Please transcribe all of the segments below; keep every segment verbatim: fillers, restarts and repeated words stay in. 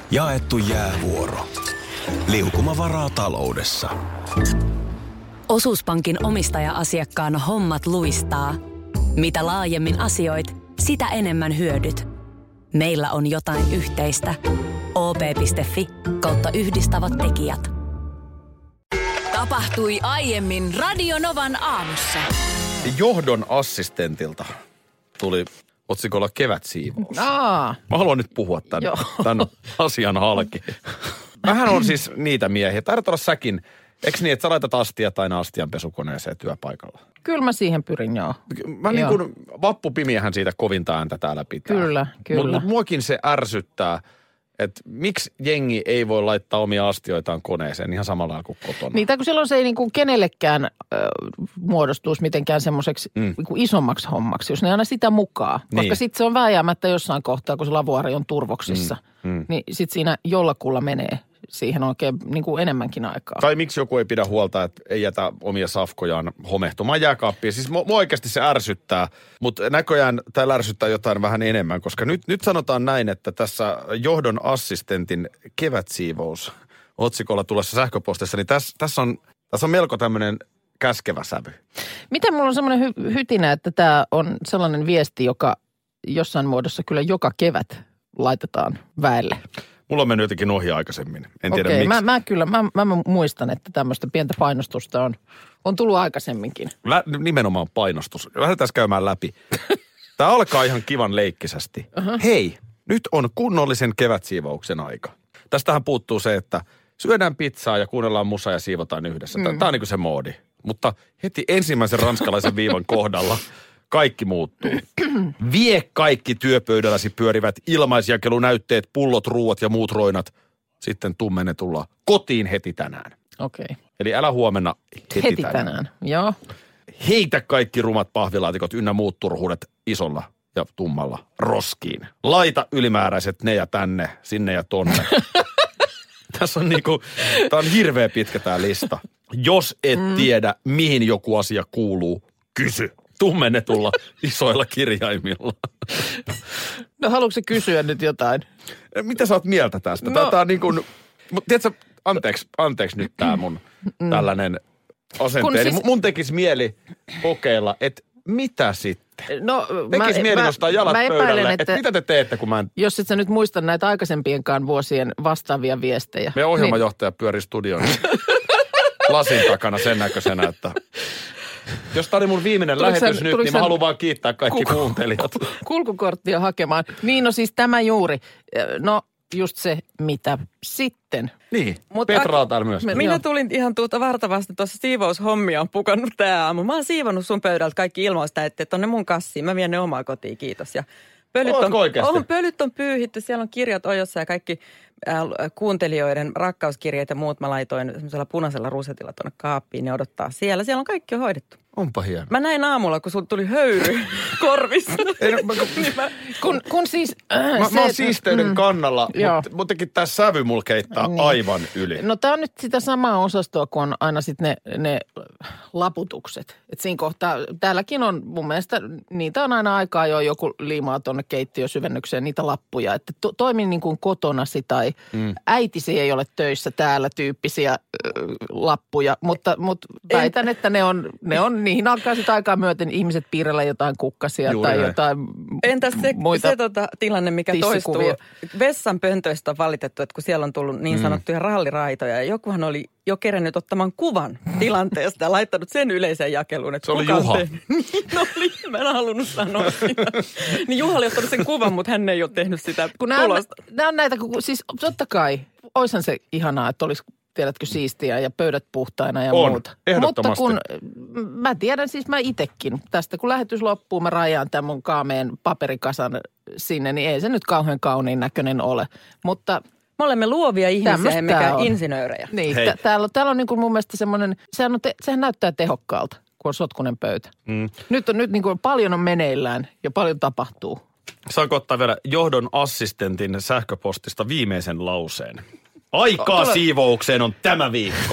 Jaettu jäävuoro. Liukumavaraa taloudessa. Osuuspankin omistaja-asiakkaan hommat luistaa. Mitä laajemmin asioit, sitä enemmän hyödyt. Meillä on jotain yhteistä. o p piste f i kautta yhdistävät tekijät. Tapahtui aiemmin Radio Novan aamussa. Johdon assistentilta tuli otsikolla kevätsiivous. Aa. Mä haluan nyt puhua tämän, tämän asian halki. Mähän on siis niitä miehiä. Taidat olla säkin. Eikö niin, että sä laitat astiat aina astianpesukoneeseen työpaikalla? Kyllä mä siihen pyrin, joo. Mä niin kuin vappupimiähän siitä kovinta ääntä täällä pitää. Kyllä, kyllä. Mutta mut muakin se ärsyttää, että miksi jengi ei voi laittaa omia astioitaan koneeseen ihan samalla lailla kuin kotona. Niin, tai kun silloin se ei niin kuin kenellekään äh, muodostuisi mitenkään semmoiseksi mm. niin kuin isommaksi hommaksi, jos ne aina sitä mukaan. Niin. Koska sitten se on vääjäämättä jossain kohtaa, kun se lavuaari on turvoksissa, mm. Mm. niin sitten siinä jollakulla menee siihen oikein niin kuin enemmänkin aikaa. Tai miksi joku ei pidä huolta, että ei jätä omia safkojaan homehtumaan jääkaappiin. Siis mua oikeasti se ärsyttää, mutta näköjään täällä ärsyttää jotain vähän enemmän, koska nyt, nyt sanotaan näin, että tässä johdon assistentin kevätsiivous otsikolla tulossa sähköpostissa, niin tässä, tässä, on, tässä on melko tämmöinen käskevä sävy. Miten mulla on semmoinen hy- hytinä, että tämä on sellainen viesti, joka jossain muodossa kyllä joka kevät laitetaan väelle? Mulla on mennyt jotenkin ohi aikaisemmin. En tiedä Okei, miksi. mä, mä kyllä, mä, mä muistan, että tämmöistä pientä painostusta on, on tullut aikaisemminkin. Lä, nimenomaan painostus. Lähdetään käymään läpi. Tämä alkaa ihan kivan leikkisästi. Uh-huh. Hei, nyt on kunnollisen kevätsiivouksen aika. Tästähän puuttuu se, että syödään pizzaa ja kuunnellaan musaa ja siivotaan yhdessä. Mm. Tämä on niin kuin se moodi. Mutta heti ensimmäisen ranskalaisen viivan kohdalla kaikki muuttuu. Vie kaikki työpöydälläsi pyörivät ilmaisjakelunäytteet, pullot, ruuat ja muut roinat sitten tummennetulla kotiin heti tänään. Okei. Okay. Eli älä huomenna heti, heti tänään. tänään. Joo. Heitä kaikki rumat pahvilaatikot ynnä muut turhuudet isolla ja tummalla roskiin. Laita ylimääräiset ne ja tänne, sinne ja tonne. Tässä on niinku, tää on hirveä pitkä tää lista. Jos et mm. tiedä, mihin joku asia kuuluu, kysy. Tummennetulla isoilla kirjaimilla. No haluatko sä kysyä nyt jotain? Mitä sä oot mieltä tästä? No. Tää on niin kuin, tiedätkö, anteeksi, anteeksi nyt tää mun mm. tällainen asenteeni. Siis mun tekisi mieli kokeilla, että mitä sitten? No, tekisi mä, mieli mä, nostaa jalat mä epäilen, pöydälle, että, että että mitä te teette, kun mä en... Jos et sä nyt muista näitä aikaisempienkaan vuosien vastaavia viestejä. Meidän ohjelmajohtaja niin pyöri studioon lasin takana sen näköisenä, että... Jos tämä oli mun viimeinen tuliko lähetys sen, nyt, niin mä haluan vaan kiittää kaikki ku, kuuntelijat. Kulkukorttia hakemaan. Niin, no siis tämä juuri. No, just se, mitä sitten. Niin, Mut Petra on täällä myös. Minä joo. tulin ihan tuota vartavasti tuossa siivoushommia on pukannut tää aamu. Mä oon siivonnut sun pöydältä kaikki ilmoistäjät tonne mun kassiin. Mä vien ne omaa kotiin, kiitos. Ja pölyt on, on, pölyt on pyyhitty, siellä on kirjat ojossa ja kaikki äh, kuuntelijoiden rakkauskirjeet ja muut mä laitoin semmoisella punaisella rusetilla tuonne kaappiin. Ne odottaa siellä. Siellä on kaikki jo hoidettu. Onpa hieno. Mä näin aamulla, kun sulla tuli höyry korvissa. Ei, no, mä, niin mä, kun, kun siis... Äh, mä, se, mä oon siisteyden mm, kannalla, mutta muutenkin tää sävy mulla keittää niin. aivan yli. No tää on nyt sitä samaa osastoa, kun on aina sitten ne, ne laputukset. Et siinä kohtaa, täälläkin on mun mielestä, niitä on aina aikaa jo joku liimaa tuonne keittiösyvennykseen, niitä lappuja. Että to, toimin niin kuin kotonasi tai mm. äitisi ei ole töissä täällä tyyppisiä äh, lappuja, mutta, mutta väitän, en... että ne on, ne on niihin alkaa sitten aikaa myöten ihmiset piirrellä jotain kukkasia Juuri tai näin. jotain Entäs se, muita se tota, tilanne, mikä toistuu? Vessan pöntöistä on valitettu, että kun siellä on tullut niin sanottuja mm. ralliraitoja ja jokuhan oli jo kerännyt ottamaan kuvan tilanteesta ja laittanut sen yleiseen jakeluun. Että se oli Juha. Niin oli, mä en halunnut sanoa sitä. Niin Juha oli ottanut sen kuvan, mutta hän ei ole tehnyt sitä kun tulosta. Nämä on näitä, siis totta kai, oishan se ihanaa, että olisi tiedätkö siistiä ja pöydät puhtaina ja on, muuta. Mutta kun mä tiedän siis mä itekin, tästä kun lähetys loppuu, mä rajaan tämän mun kaameen paperikasan sinne, niin ei se nyt kauhean kauniin näköinen ole. Mutta me olemme luovia ihmisiä, emmekä insinöörejä. Niin, t- täällä, täällä on niin kuin mun mielestä semmoinen, sehän, on te, sehän näyttää tehokkaalta, kun on sotkunen pöytä. Mm. Nyt on nyt niin kuin paljon on meneillään ja paljon tapahtuu. Saanko ottaa vielä johdon assistentin sähköpostista viimeisen lauseen? Aikaa Tule. siivoukseen on tämä viikko.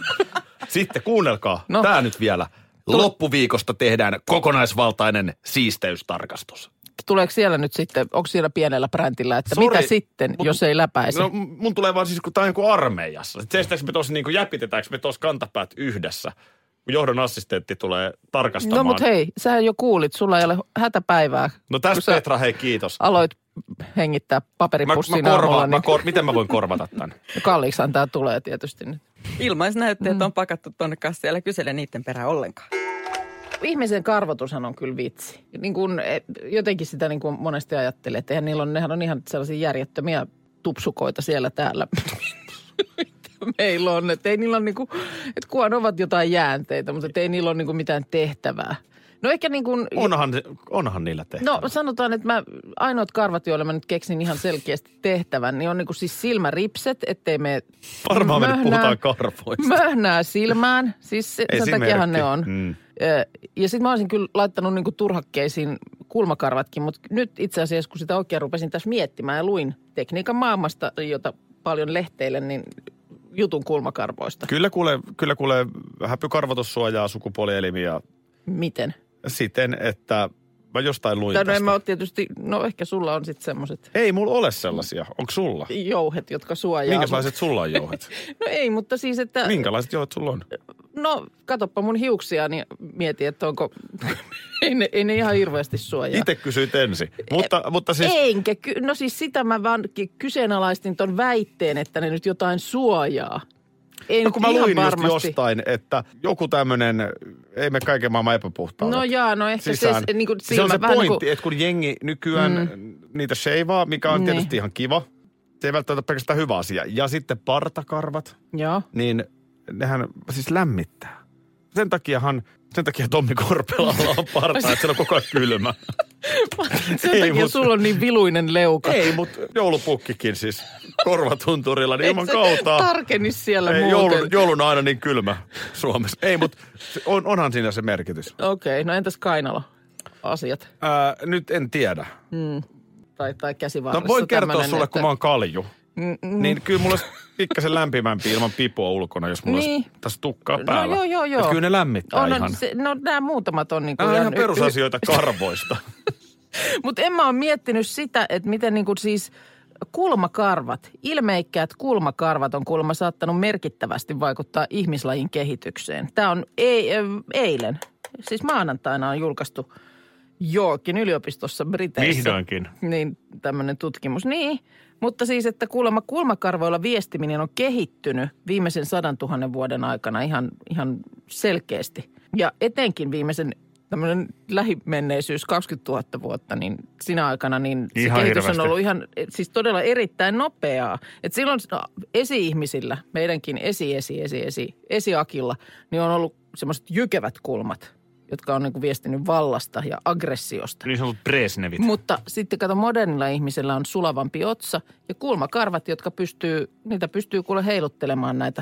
Sitten kuunnelkaa, no. Tää nyt vielä. Loppuviikosta tehdään kokonaisvaltainen siisteystarkastus. tuleeko siellä nyt sitten, onko siellä pienellä brändillä, että Sori, mitä sitten, mut, jos ei läpäisi? No mun tulee vaan siis, kun tää on joku armeijassa. Seistääkö me tuossa niin jäpitetäänkö me tuossa kantapäät yhdessä? Kun johdon assistentti tulee tarkastamaan. No mut hei, sähän jo kuulit, sulla ei ole hätäpäivää. No tässä Petra, hei kiitos. Aloit hengittää paperipussin mä, mä korvaan, aamulla. mä Niin... kor, miten mä voin korvata tämän? Kalliiksihan tää tulee tietysti nyt. Ilmaisnäytteet Mm. on pakattu tuonne kassiin, älä kysele niiden perään ollenkaan. Ihmisen karvotushan on kyllä vitsi. Niin kuin, jotenkin sitä niin kuin monesti ajattelee, että eihän niillä on, nehän on ihan sellaisia järjettömiä tupsukoita siellä täällä. Meillä on, että ei niillä ole niin kuin, että kuhan ovat jotain jäänteitä, mutta ei niillä ole niin kuin mitään tehtävää. No ehkä niin kuin... Onhan, onhan niillä tehtävää. No sanotaan, että mä ainoat karvat, joille mä nyt keksin ihan selkeästi tehtävän, niin on niin kuin siis silmäripset, ettei me Varmaan me nyt puhutaan karvoista. Möhnää silmään, siis se, sen takiahan ne on. Mm. Ja sitten mä olisin kyllä laittanut niin kuin turhakkeisiin kulmakarvatkin, mutta nyt itse asiassa, kun sitä oikein rupesin tässä miettimään ja luin tekniikan maailmasta, jota paljon lehteilen, niin jutun kulmakarvoista. Kyllä kuulee, kyllä kuulee häpykarvotus suojaa sukupuolielimiä. Miten? Siten, että mä jostain luin tai no tästä. en mä ole tietysti, no ehkä sulla on sitten semmoiset Ei mulla ole sellaisia. Onko sulla? jouhet, jotka suojaa. Minkälaiset sulla on jouhet? No ei, mutta siis, että... Minkälaiset jouhet sulla on? No, katoppa mun hiuksia, niin mieti, että onko... ei, ne, ei ne ihan hirveästi suojaa. Itse kysyit ensin. Mutta, mutta siis... Enkä, ky- no siis sitä mä vaan kyseenalaistin ton väitteen, että ne nyt jotain suojaa. Ei No nyt kun mä ihan luin varmasti. just jostain, että joku tämmöinen, ei me kaiken maailman epäpuhtaudet. No jaa, no ehkä sisään. se, niin kuin Se on se silmä, vähän pointti, niin kuin, että kun jengi nykyään mm. niitä sheivaa, mikä on Niin. tietysti ihan kiva. Se ei välttämättä pelkästään hyvä asia. Ja sitten partakarvat, joo. niin nehän siis lämmittää. Sen takiahan, sen takia Tommi Korpelalla on parta, että se on koko ajan kylmä. Sen Ei, takia mut- sulla on niin viluinen leuka. Ei, mutta joulupukkikin siis korvatunturilla, niin ilman Et se kautaa. tarkeni siellä Ei, muuten. joulun, joulun on aina niin kylmä Suomessa. Ei, mutta on, onhan siinä se merkitys. Okei, no entäs kainalo-asiat? Ää, nyt en tiedä. Tai, tai käsivarressa No voin kertoa tämmönen, sulle, että... kun mä oon kalju. Mm, mm. Niin kyllä mulla olisi pikkasen lämpimämpi ilman pipua ulkona, jos mulla Niin. olisi tässä tukkaa päällä. No joo, joo, joo. Että kyllä ne lämmittää on, ihan. Se, no nämä muutamat on niin kuin... Nämä on ihan perusasioita karvoista. Mutta en mä ole miettinyt sitä, että miten niin kuin siis kulmakarvat, ilmeikkäät kulmakarvat on kuulemma saattanut merkittävästi vaikuttaa ihmislajin kehitykseen. Tämä on ei, eilen, siis maanantaina on julkaistu Yorkin yliopistossa Briteissä. Vihdoinkin. Niin, tämmöinen tutkimus. Niin, mutta siis, että kuulemma kulmakarvoilla viestiminen on kehittynyt viimeisen sadan tuhannen vuoden aikana ihan, ihan selkeästi. Ja etenkin viimeisen tämmöinen lähimenneisyys kaksikymmentätuhatta vuotta, niin sinä aikana niin se Ihan kehitys hirveästi. on ollut ihan, siis todella erittäin nopeaa. Et silloin no, esi-ihmisillä, meidänkin esi-esi-esi-esi, esiakilla, niin on ollut semmoiset jykevät kulmat, jotka on niin kuin viestinyt vallasta ja aggressiosta. Niin sanotut Brezhnevit. Mutta sitten kato, modernilla ihmisellä on sulavampi otsa ja kulmakarvat, jotka pystyy, niitä pystyy kuule heiluttelemaan näitä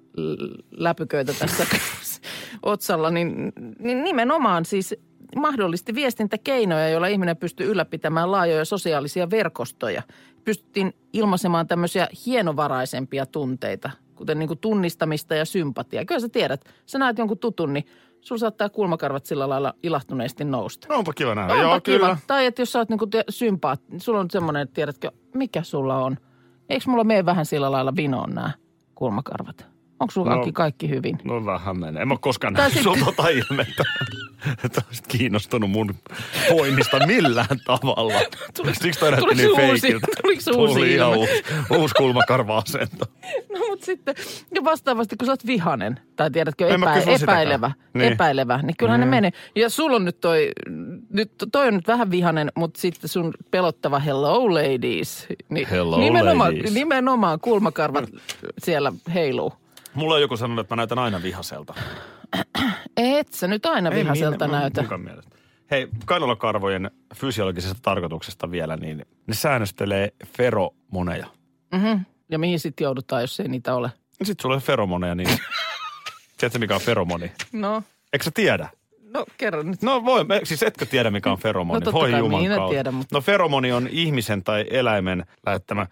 l- läpyköitä tässä otsalla, niin, niin nimenomaan siis mahdollisti viestintäkeinoja, joilla ihminen pystyy ylläpitämään laajoja sosiaalisia verkostoja. Pystyttiin ilmaisemaan tämmöisiä hienovaraisempia tunteita, kuten niin kuin tunnistamista ja sympatiaa. Kyllä sä tiedät, sä näet jonkun tutun, niin sulla saattaa kulmakarvat sillä lailla ilahtuneesti nousta. No onpa kiva nähdä. Onpa Joo, kiva. kyllä. Tai että jos sä oot niinku te- sympaat, sulla on semmoinen, että tiedätkö, mikä sulla on? Eikö mulla mene vähän sillä lailla vinoon nämä kulmakarvat? Onko sulla No. kaikki, kaikki hyvin? No vähän menee. En mä ole koskaan Tai nähnyt sit- sun tota ilmettä, että olisit kiinnostunut mun poimista millään tavalla. Siksi toi näytti tuliko niin se uusi- feikiltä. tuliko se uusi Tuli ihan ilme? uusi, uusi kulmakarva-asento. No mutta sitten, ja vastaavasti kun sä oot vihanen, tai tiedätkö, En mä epä, kysy sitäkään. epäilevä, Niin. epäilevä, niin kyllähän Mm. ne menee. Ja sulla on nyt toi, nyt toi on nyt vähän vihanen, mutta sitten sun pelottava hello ladies. Niin Hello nimenomaan, ladies. nimenomaan kulmakarvat siellä heiluu. Mulla on joku sanonut, että mä näytän aina vihaselta. Et sä nyt aina Ei vihaselta minä- näytä. munkaan mielestä. Hei, kainalokarvojen fysiologisesta tarkoituksesta vielä, niin ne säännöstelee feromoneja. Mm-hmm. Ja mihin sitten joudutaan, jos ei niitä ole? No sit sulla on feromoneja, niin tiedätkö mikä on feromoni? No, Eikö sä tiedä? no kerro nyt. No voi, siis etkö tiedä mikä on feromoni? No totta voi kai juman minä kautta. tiedän, mutta- No feromoni on ihmisen tai eläimen lähettämä.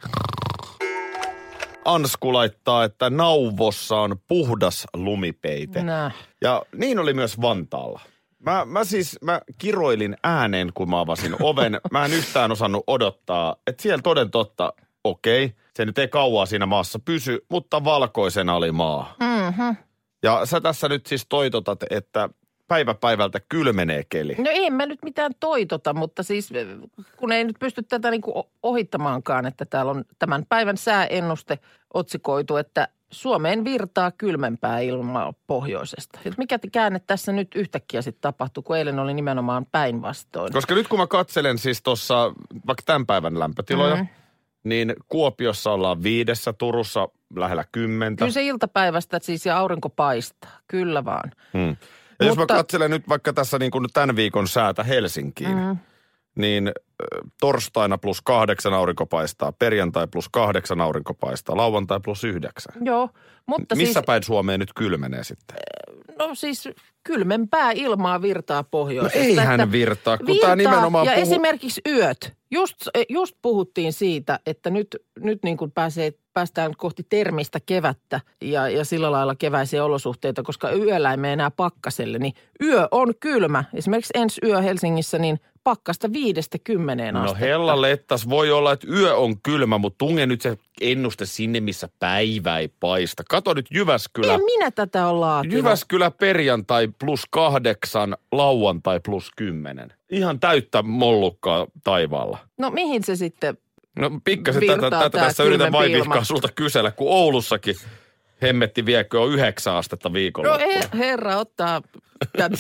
Ansku laittaa, että nauvossa on puhdas lumipeite. Nää. Ja niin oli myös Vantaalla. Mä, mä siis, mä kiroilin ääneen, kun mä avasin oven. Mä en yhtään osannut odottaa, että siellä toden totta, okei, okay, se nyt ei kauaa siinä maassa pysy, mutta valkoisena oli maa. Mhm. Ja sä tässä nyt siis toitotat, että päivä päivältä kylmenee keli. No ei mä nyt mitään toitota, mutta siis kun ei nyt pysty tätä niin kuin ohittamaankaan, että täällä on tämän päivän sääennuste otsikoitu, että Suomeen virtaa kylmempää ilmaa pohjoisesta. Et mikä käänne tässä nyt yhtäkkiä sitten tapahtui, kun eilen oli nimenomaan päinvastoin. Koska nyt kun mä katselen siis tuossa vaikka tämän päivän lämpötiloja, mm. niin Kuopiossa ollaan viidessä, Turussa lähellä kymmentä. Kyllä se iltapäivästä siis ja aurinko paistaa, kyllä vaan. Mm. Ja mutta jos mä katselen nyt vaikka tässä niin kuin tämän viikon säätä Helsinkiin, mm. niin torstaina plus kahdeksan aurinko paistaa, perjantai plus kahdeksan aurinko paistaa, lauantai plus yhdeksän. Joo, mutta missä siis, päin Suomeen nyt kylmenee sitten? No siis kylmempää ilmaa virtaa pohjoisesta. No eihän virtaa, kun virtaa, tämä nimenomaan ja puhu... esimerkiksi yöt. Just, just puhuttiin siitä, että nyt, nyt niin kuin pääsee, päästään kohti termistä kevättä ja, ja sillä lailla keväisiä olosuhteita, koska yöllä ei mene enää pakkaselle. Niin yö on kylmä. Esimerkiksi ensi yö Helsingissä niin pakkasta viidestä kymmeneen astetta. No hella lettas, voi olla, että yö on kylmä, mutta tunge nyt se ennuste sinne, missä päivä ei paista. Kato nyt Jyväskylä. En minä tätä ole laatinut. Jyväskylä perjantai plus kahdeksan, lauantai plus kymmenen. Ihan täyttä mollukkaa taivaalla. No mihin se sitten No pikkasen tätä, tätä tässä yritän vaivihkaa sulta kysellä, kun Oulussakin hemmetti viekö on yhdeksän astetta viikonloppuun. No her, herra ottaa tämän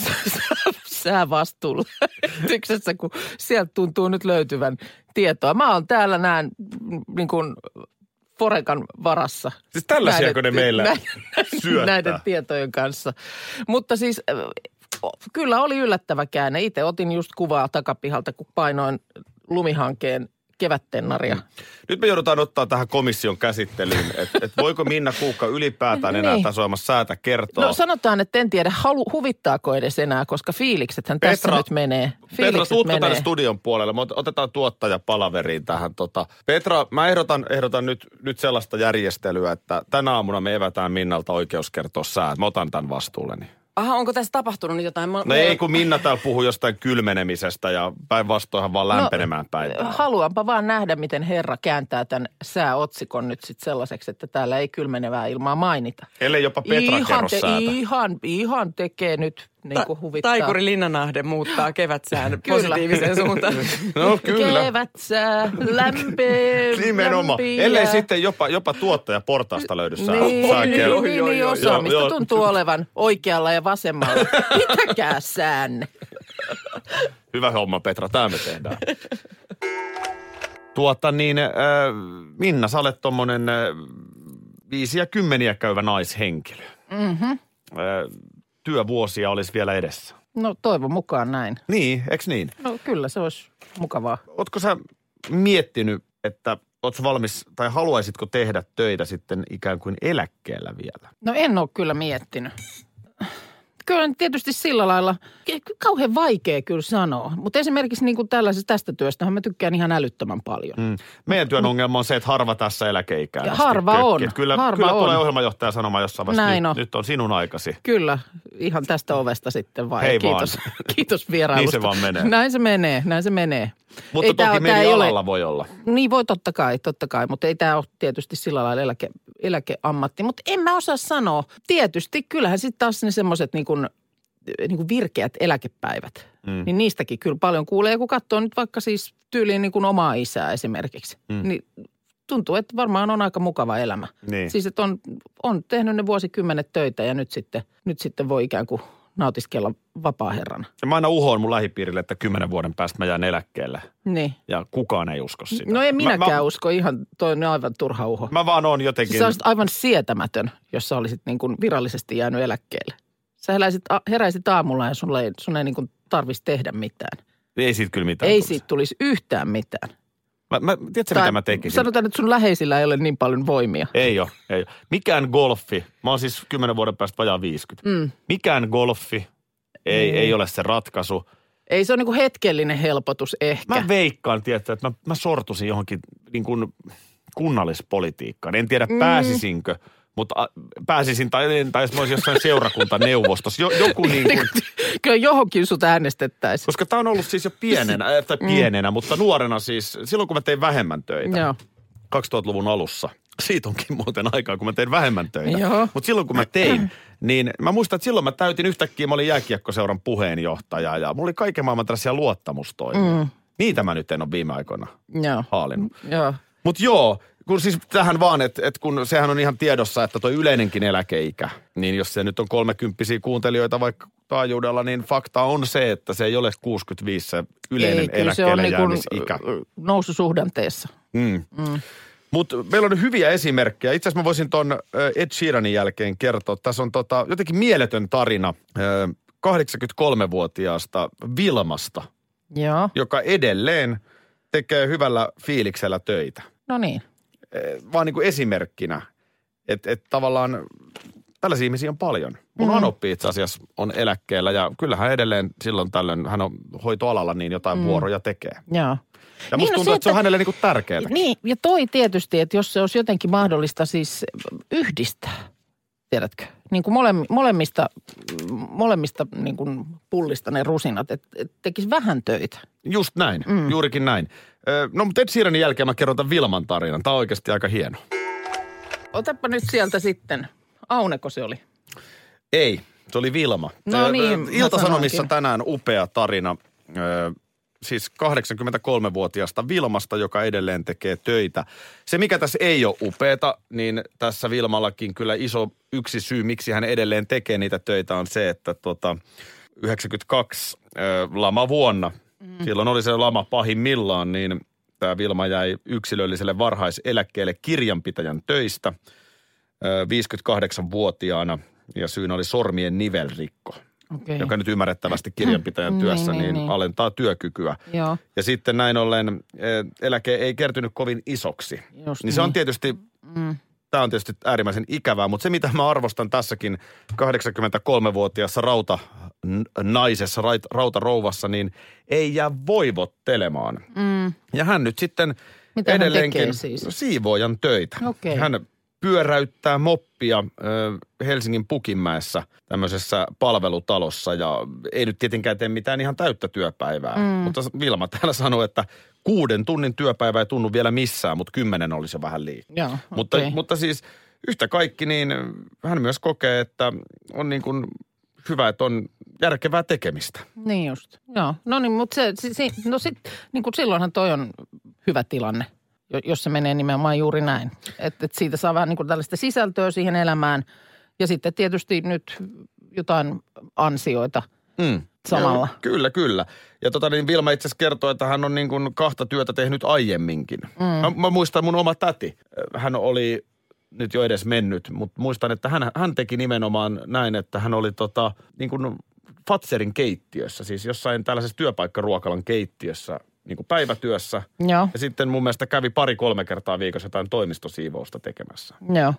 säävastuulla yrityksessä, kun sieltä tuntuu nyt löytyvän tietoa. Mä oon täällä näin niin kuin Forekan varassa. Siis tällaisiako ne meillä näiden, syöttää? Näiden tietojen kanssa. Mutta siis kyllä oli yllättävä käänne. Itse otin just kuvaa takapihalta, kun painoin lumihankeen kevättennaria. Mm. Nyt me joudutaan ottaa tähän komission käsittelyyn, että et voiko Minna Kuukka ylipäätään enää niin. tasoimassa säätä kertoa? No sanotaan, että en tiedä, halu, huvittaako edes enää, koska fiiliksethän Petra, tässä nyt menee. Fiilikset Petra, tuutko menee. tänne studion puolelle? Me otetaan tuottaja palaveriin tähän. Tota. Petra, mä ehdotan, ehdotan nyt, nyt sellaista järjestelyä, että tänä aamuna me evätään Minnalta oikeus kertoa säät. Mä otan tämän vastuulleni. Aha, onko tässä tapahtunut nyt jotain? Mä, no ei, kun Minna täällä puhuu jostain kylmenemisestä ja päinvastoinhan vaan lämpenemään päin. No, haluanpa vaan nähdä, miten herra kääntää tämän sääotsikon nyt sitten sellaiseksi, että täällä ei kylmenevää ilmaa mainita. Ellei jopa Petra ihan kerro te, säätä. Ihan, ihan tekee nyt niin kuin huvittaa. Taikuri Linnanahde muuttaa kevätsään positiiviseen suuntaan. No kyllä. Kevätsää, lämpee, nimenomaan. lämpiä. Ellei sitten jopa, jopa tuottaja portaasta löydy sää. Niin, sää niin, kello. niin, niin osaamista joo, joo. tuntuu olevan oikealla ja vasemmalla. Pitäkää säänne. Hyvä homma, Petra. Tämä me tehdään. Tuota niin, äh, Minna, sä olet tommonen äh, viisi ja kymmeniä käyvä naishenkilö. Mhm. Äh, työvuosia olisi vielä edessä. No toivon mukaan näin. Niin, eks niin? No kyllä, se olisi mukavaa. Ootko sä miettinyt, että ootko valmis tai haluaisitko tehdä töitä sitten ikään kuin eläkkeellä vielä? No en ole kyllä miettinyt. Kyllä tietysti sillä lailla, kauhean vaikea kyllä sanoa, mutta esimerkiksi niin kuin tällaisesta tästä työstähän mä tykkään ihan älyttömän paljon. Mm. Meidän työn ongelma on se, että harva tässä eläkeikää. Ja harva on. Kyllä, harva kyllä on. tulee ohjelmajohtaja sanomaan jossain vaiheessa, nyt, on. nyt on sinun aikasi. Kyllä, ihan tästä ovesta sitten vai. Hei Kiitos, vaan. Kiitos vierailusta. Niin se vaan menee. Näin se menee, näin se menee. Mutta ei toki media-alalla voi olla. Niin voi totta kai, totta kai, mutta ei tämä ole tietysti sillä lailla eläke, eläkeammatti. Mutta en mä osaa sanoa. Tietysti kyllähän sitten taas ne semmoiset niin kuin niin kuin virkeät eläkepäivät, mm. niin niistäkin kyllä paljon kuulee. Ja kun katsoo nyt vaikka siis tyyliin niin kuin omaa isää esimerkiksi, mm. niin tuntuu, että varmaan on aika mukava elämä. Niin. Siis että on, on tehnyt ne vuosikymmenet töitä ja nyt sitten, nyt sitten voi ikään kuin nautiskella vapaaherrana. Ja mä aina uhoon mun lähipiirille, että kymmenen vuoden päästä mä jään eläkkeelle. Niin. Ja kukaan ei usko sitä. No ei minäkään mä, mä, usko, ihan toi on aivan turha uho. Mä vaan oon jotenkin. Siis olisit aivan sietämätön, jos sä olisit niin kuin virallisesti jäänyt eläkkeelle. Sä heräisit, heräisit aamulla ja sun ei, sun ei niin kuin tarvitsisi tehdä mitään. Ei siitä kyllä mitään Ei tulisi. siitä tulisi yhtään mitään. Mä, mä, tiedätkö, Tai mitä mä tekisin? Sanotaan, että sun läheisillä ei ole niin paljon voimia. Ei ole, ei ole. Mikään golfi, mä oon siis kymmenen vuoden päästä vajaa viisikymmentä. Mm. Mikään golfi ei, mm. ei ole se ratkaisu. Ei se ole niin kuin hetkellinen helpotus ehkä. Mä veikkaan, tiedätkö, että mä, mä sortusin johonkin niin kuin kunnallispolitiikkaan. En tiedä, mm. pääsisinkö. mutta pääsisin tai, tai mä olisin jossain seurakuntaneuvostossa. Jo, joku niin kuin... Kyllä johonkin sut äänestettäisiin. Koska tää on ollut siis jo pienenä, äh, tai pienenä, mm. mutta nuorena siis, silloin kun mä tein vähemmän töitä. Joo. kaksituhattaluvun alussa. Siitä onkin muuten aikaa, kun mä tein vähemmän töitä. Joo. Mutta silloin kun mä tein, niin mä muistan, että silloin mä täytin yhtäkkiä, mä olin jääkiekkoseuran puheenjohtaja ja mulla oli kaiken maailman tällaisia luottamustoimia. Mm. Niitä mä nyt en ole viime aikoina Joo. haalinnut. Joo. Mutta joo, kun siis tähän vaan, että et kun sehän on ihan tiedossa, että toi yleinenkin eläkeikä, niin jos se nyt on kolmekymppisiä kuuntelijoita vaikka taajuudella, niin fakta on se, että se ei ole kuusikymmentäviisi se yleinen ei, eläkkeelle se on jäämisikä. Niin noususuhdanteessa. Mm. Mm. Mutta meillä on hyviä esimerkkejä. Itse asiassa mä voisin ton Ed Sheeranin jälkeen kertoa. Tässä on tota, jotenkin mieletön tarina kahdeksankymmentäkolmevuotiaasta Vilmasta, Joo. joka edelleen tekee hyvällä fiiliksellä töitä. No niin. Vaan niin kuin esimerkkinä, että et tavallaan tällaisia ihmisiä on paljon. Mun mm. anoppi itse asiassa on eläkkeellä ja kyllähän edelleen silloin tällöin, hän on hoitoalalla, niin jotain mm. vuoroja tekee. Joo. Ja musta niin, tuntuu, no se, että se on hänelle niinku tärkeää. Niin, ja toi tietysti, että jos se olisi jotenkin mahdollista siis yhdistää, tiedätkö? Niin kuin mole, molemmista, molemmista niin kuin pullista ne rusinat, että et tekisi vähän töitä. Just näin, mm. juurikin näin. No, mutta Ed Sheeranin jälkeen mä kerron tämän Vilman tarinan. Tämä on oikeasti aika hieno. Otapa nyt sieltä sitten. Auneko se oli? Ei, se oli Vilma. No niin. Ilta-Sanomissa tänään upea tarina. Siis kahdeksankymmentäkolmevuotiaasta Vilmasta, joka edelleen tekee töitä. Se, mikä tässä ei ole upeata, niin tässä Vilmallakin kyllä iso yksi syy, miksi hän edelleen tekee niitä töitä, on se, että tota, yhdeksänkymmentäkaksi ö, lama vuonna, mm. silloin oli se lama pahimmillaan, niin tämä Vilma jäi yksilölliselle varhaiseläkkeelle kirjanpitäjän töistä ö, viisikymmentäkahdeksanvuotiaana ja syynä oli sormien nivelrikko. Okay. Joka nyt ymmärrettävästi kirjanpitäjän työssä niin, niin, niin alentaa työkykyä. Joo. Ja sitten näin ollen eläke ei kertynyt kovin isoksi. Just niin se on tietysti, mm. tämä on tietysti äärimmäisen ikävää, mutta se mitä mä arvostan tässäkin kahdeksankymmentäkolmevuotiaassa rauta naisessa, rautarouvassa, niin ei jää voivottelemaan. Mm. Ja hän nyt sitten mitä edelleenkin hän tekee siis? Siivoojan töitä. Okay. Hän pyöräyttää moppia ö, Helsingin Pukinmäessä tämmöisessä palvelutalossa ja ei nyt tietenkään tee mitään ihan täyttä työpäivää. Mm. Mutta Vilma täällä sanoi, että kuuden tunnin työpäivä ei tunnu vielä missään, mutta kymmenen olisi jo vähän liikaa. Joo, mutta, okay. mutta siis yhtä kaikki niin hän myös kokee, että on niin kuin hyvä, että on järkevää tekemistä. Niin just, joo. No niin, mutta se, se, no sit, niin kuin silloinhan toi on hyvä tilanne. Jos se menee nimenomaan juuri näin. Että et siitä saa vähän niin kuin tällaista sisältöä siihen elämään. Ja sitten tietysti nyt jotain ansioita mm. samalla. Ja, kyllä, kyllä. Ja tota niin Vilma itse asiassa kertoo, että hän on niin kuin kahta työtä tehnyt aiemminkin. Mm. Mä, mä muistan mun oma täti. Hän oli nyt jo edes mennyt, mutta muistan, että hän, hän teki nimenomaan näin, että hän oli tota niin kuin Fatserin keittiössä. Siis jossain tällaisessa työpaikkaruokalan keittiössä niin kuin päivätyössä. Joo. Ja sitten mun mielestä kävi pari-kolme kertaa viikossa jotain toimistosiivousta tekemässä. Joo.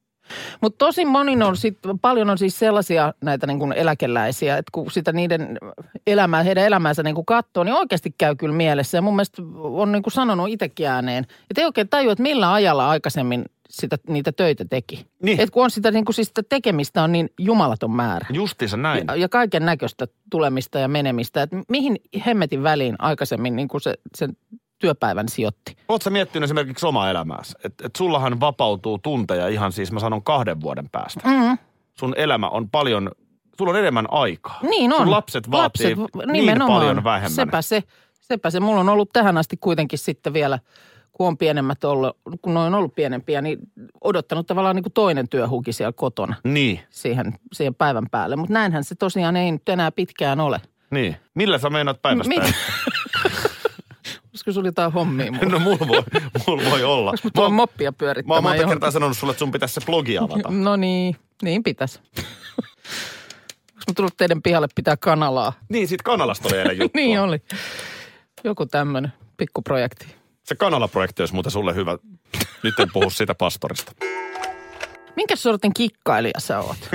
Mutta tosi moni on sit, paljon on siis sellaisia näitä niin kuin eläkeläisiä, että kun sitä niiden elämää, heidän elämäänsä niin kuin katsoo, niin oikeasti käy kyllä mielessä. Ja mun mielestä on niin kuin sanonut itsekin ääneen, että ei oikein tajua, että millä ajalla aikaisemmin sitä, niitä töitä teki. Niin. Että kun on sitä, niin kuin siis sitä tekemistä on niin jumalaton määrä. Justiinsa näin. Ja, ja kaiken näköistä tulemista ja menemistä. Että mihin hemmetin väliin aikaisemmin niin kuin se, sen työpäivän sijoitti. Oletko sä miettinyt esimerkiksi omaa elämääsi? Että et sullahan vapautuu tunteja ihan siis mä sanon kahden vuoden päästä. Mm. Sun elämä on paljon, sulla on enemmän aikaa. Niin on. Sun lapset vaatii lapset, niin paljon vähemmän. Sepä se, sepä se. Mulla on ollut tähän asti kuitenkin sitten vielä, kun on pienemmät ollut, kun ne on ollut pienempiä, niin odottanut tavallaan niin kuin toinen työhuki siellä kotona. Niin. Siihen, siihen päivän päälle. Mutta näinhän se tosiaan ei nyt enää pitkään ole. Niin. Millä sä meinaat päivästä? Mi- Olisiko sulla jotain hommia mulla? No mulla voi, mulla voi olla. Olisiko tuolla moppia pyörittämään? Mä oon monta kertaa sanonut sulle, että sun pitäisi se blogi avata. No niin, niin pitäisi. Olisiko mä tullut teidän pihalle pitää kanalaa? Niin, siitä kanalasta oli eilen juttua. Niin oli. Joku tämmönen pikkuprojekti. Se kanalaprojekti olisi muuten sulle hyvä. Nyt en puhu siitä pastorista. Minkä sortin kikkailija sä oot?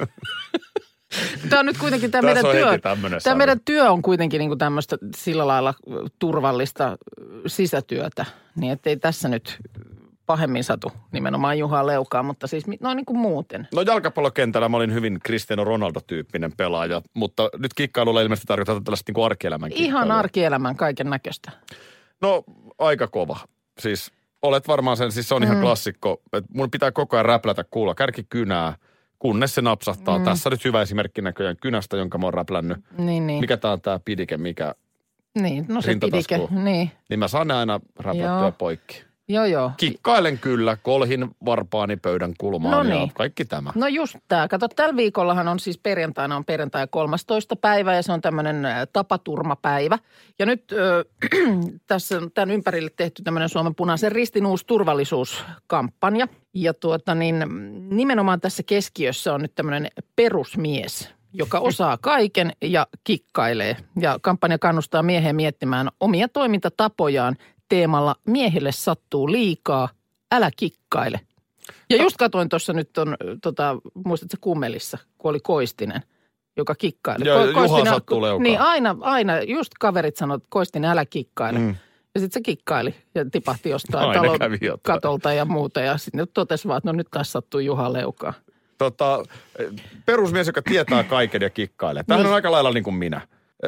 Tämä on nyt kuitenkin tämä meidän työ. Tämä meidän työ on kuitenkin niin kuin tämmöistä sillä lailla turvallista sisätyötä. Niin ettei tässä nyt pahemmin satu nimenomaan Juha Leukaa, mutta siis noin niin kuin muuten. No jalkapallokentällä mä olin hyvin Cristiano Ronaldo-tyyppinen pelaaja, mutta nyt kikkailulla ilmeisesti tarkoittaa tällaista niin kuin arkielämän kikkailua. Ihan arkielämän kaiken näköistä. No aika kova. Siis olet varmaan sen, siis se on mm. ihan klassikko, että mun pitää koko ajan räplätä kuulla kärkikynää, kunnes se napsahtaa. Mm. Tässä on nyt hyvä esimerkki näköjään kynästä, jonka mä oon räplännyt. Niin, niin. Mikä tää on tää pidike, mikä niin, no se pidike, niin. Niin mä saan ne aina räplättyä poikki. Joo, joo. Kikkailen kyllä, kolhin varpaani pöydän kulmaan no niin. Ja kaikki tämä. No just tämä. Kato, tällä viikollahan on siis perjantaina on perjantai kolmastoista päivä ja se on tämmöinen tapaturmapäivä. Ja nyt äh, tässä on tämän ympärille tehty tämmöinen Suomen Punaisen Ristin uusi turvallisuuskampanja. Ja tuota niin, nimenomaan tässä keskiössä on nyt tämmöinen perusmies, joka osaa kaiken ja kikkailee. Ja kampanja kannustaa miehen miettimään omia toimintatapojaan teemalla miehille sattuu liikaa, älä kikkaile. Ja just katoin tuossa nyt on, tota, muistatko Kummelissa, kun oli Koistinen, joka kikkaili. Joo, Ko- Juha sattuu leukaan. Niin aina, aina just kaverit sanoivat, että Koistinen älä kikkaile. Mm. Ja sitten se kikkaili ja tipahti jostain talon katolta ja muuta. Ja sitten totesi vaan, että no nyt taas sattuu Juha leukaan. Tota, perusmies, joka tietää kaiken ja kikkailee. Tämähän on aika lailla niin kuin minä.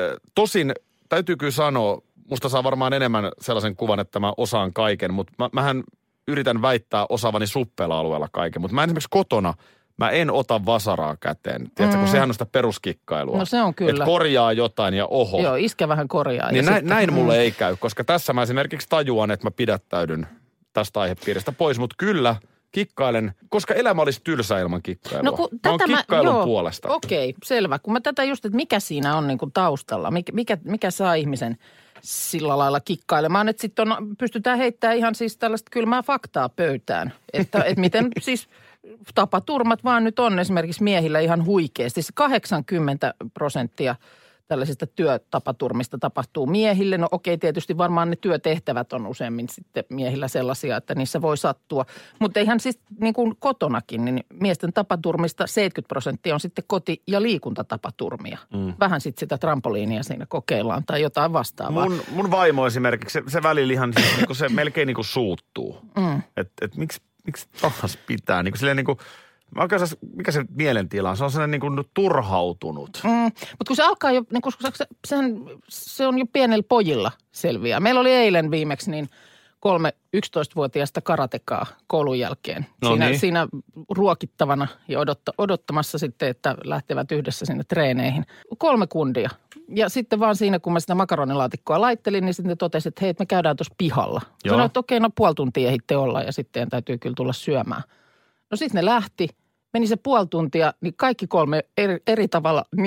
Tosin täytyy kyllä sanoa, musta saa varmaan enemmän sellaisen kuvan, että mä osaan kaiken, mutta mä, mähän yritän väittää osaavani suppealla alueella kaiken. Mutta mä esimerkiksi kotona, mä en ota vasaraa käteen. Tiedätkö, mm. kun sehän on sitä peruskikkailua. No se on kyllä. Että korjaa jotain ja oho. Joo, iskä vähän korjaa. Niin näin, näin mulle ei käy, koska tässä mä esimerkiksi tajuan, että mä pidättäydyn tästä aihepiiristä pois. Mutta kyllä, kikkailen, koska elämä olisi tylsä ilman kikkailua. No kun mä oon kikkailun mä, puolesta. Okei, okay, selvä. Kun mä tätä just, että mikä siinä on niin kuin taustalla, mikä, mikä, mikä saa ihmisen sillä lailla kikkailemaan, että sitten pystytään heittämään ihan siis tällaista kylmää faktaa pöytään. Että et miten siis tapaturmat vaan nyt on esimerkiksi miehillä ihan huikeasti. kahdeksankymmentä prosenttia tällaisista työtapaturmista tapahtuu miehille. No okei, tietysti varmaan ne työtehtävät on useammin sitten miehillä sellaisia, että niissä voi sattua. Mutta eihän siis niin kuin kotonakin, niin miesten tapaturmista seitsemänkymmentä prosenttia on sitten koti- ja liikuntatapaturmia. Mm. Vähän sitten sitä trampoliinia siinä kokeillaan tai jotain vastaavaa. Mun, mun vaimo esimerkiksi, se, se välillä ihan siis, niin kuin se melkein niin kuin suuttuu. Mm. Että et miksi, miksi taas pitää, niin kuin silleen niin kuin mä oikein mikä se mielentila on? Se on sellainen niin kuin turhautunut. Mm, mutta kun se alkaa jo, niin kun se, sehän, se on jo pienellä pojilla selviää. Meillä oli eilen viimeksi niin kolme yksitoistavuotiaista karatekaa koulun jälkeen. No siinä, niin. siinä ruokittavana ja odotta, odottamassa sitten, että lähtevät yhdessä sinne treeneihin. Kolme kundia. Ja sitten vaan siinä, kun mä sitä makaronilaatikkoa laittelin, niin sitten totesi, että hei, me käydään tuossa pihalla. Sanoin, että okei, no puoli tuntia ehditte olla ja sitten täytyy kyllä tulla syömään. No sitten ne lähti. Meni se puoli tuntia, niin kaikki kolme eri, eri tavalla ni,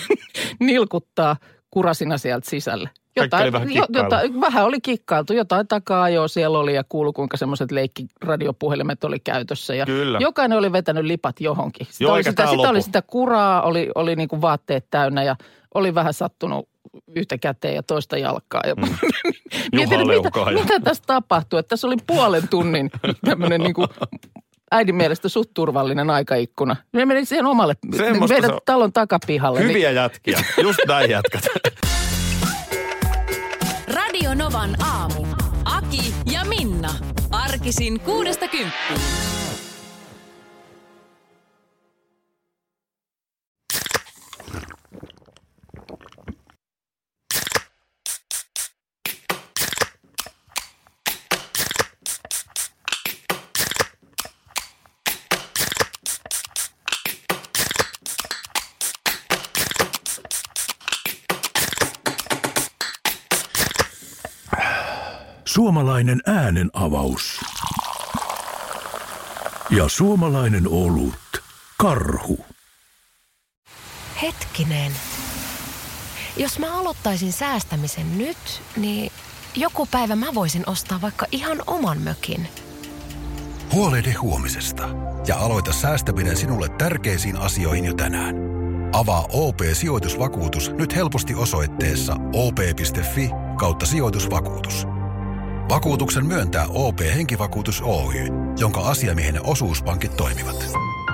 nilkuttaa kurasina sieltä sisälle. Jotain, vähän, jo, jotain, vähän oli kikkailtu, jotain takaa-ajoa siellä oli ja kuului, kuinka semmoiset leikkiradiopuhelimet oli käytössä. Ja Kyllä. Jokainen oli vetänyt lipat johonkin. Sitä, Joo, oli, sitä, sitä oli sitä kuraa, oli, oli niinku vaatteet täynnä ja oli vähän sattunut yhtä käteen ja toista jalkaa. Ja mm. Mietin, mitä, mitä tässä tapahtui, että tässä oli puolen tunnin tämmöinen niinku äidin mielestä suht turvallinen aikaikkuna. Me meni siihen omalle, meidän talon takapihalle. Hyviä niin jätkiä, just näin jätkät. Radio Novan aamu. Aki ja Minna. Arkisin kuudesta kymppiin. Suomalainen äänen avaus. Ja suomalainen olut. Karhu. Hetkinen. Jos mä aloittaisin säästämisen nyt, niin joku päivä mä voisin ostaa vaikka ihan oman mökin. Huolehdi huomisesta ja aloita säästäminen sinulle tärkeisiin asioihin jo tänään. Avaa O P-sijoitusvakuutus nyt helposti osoitteessa op piste fi kautta sijoitusvakuutus. Vakuutuksen myöntää O P-henkivakuutus Oy, jonka asiamiehen osuuspankit toimivat.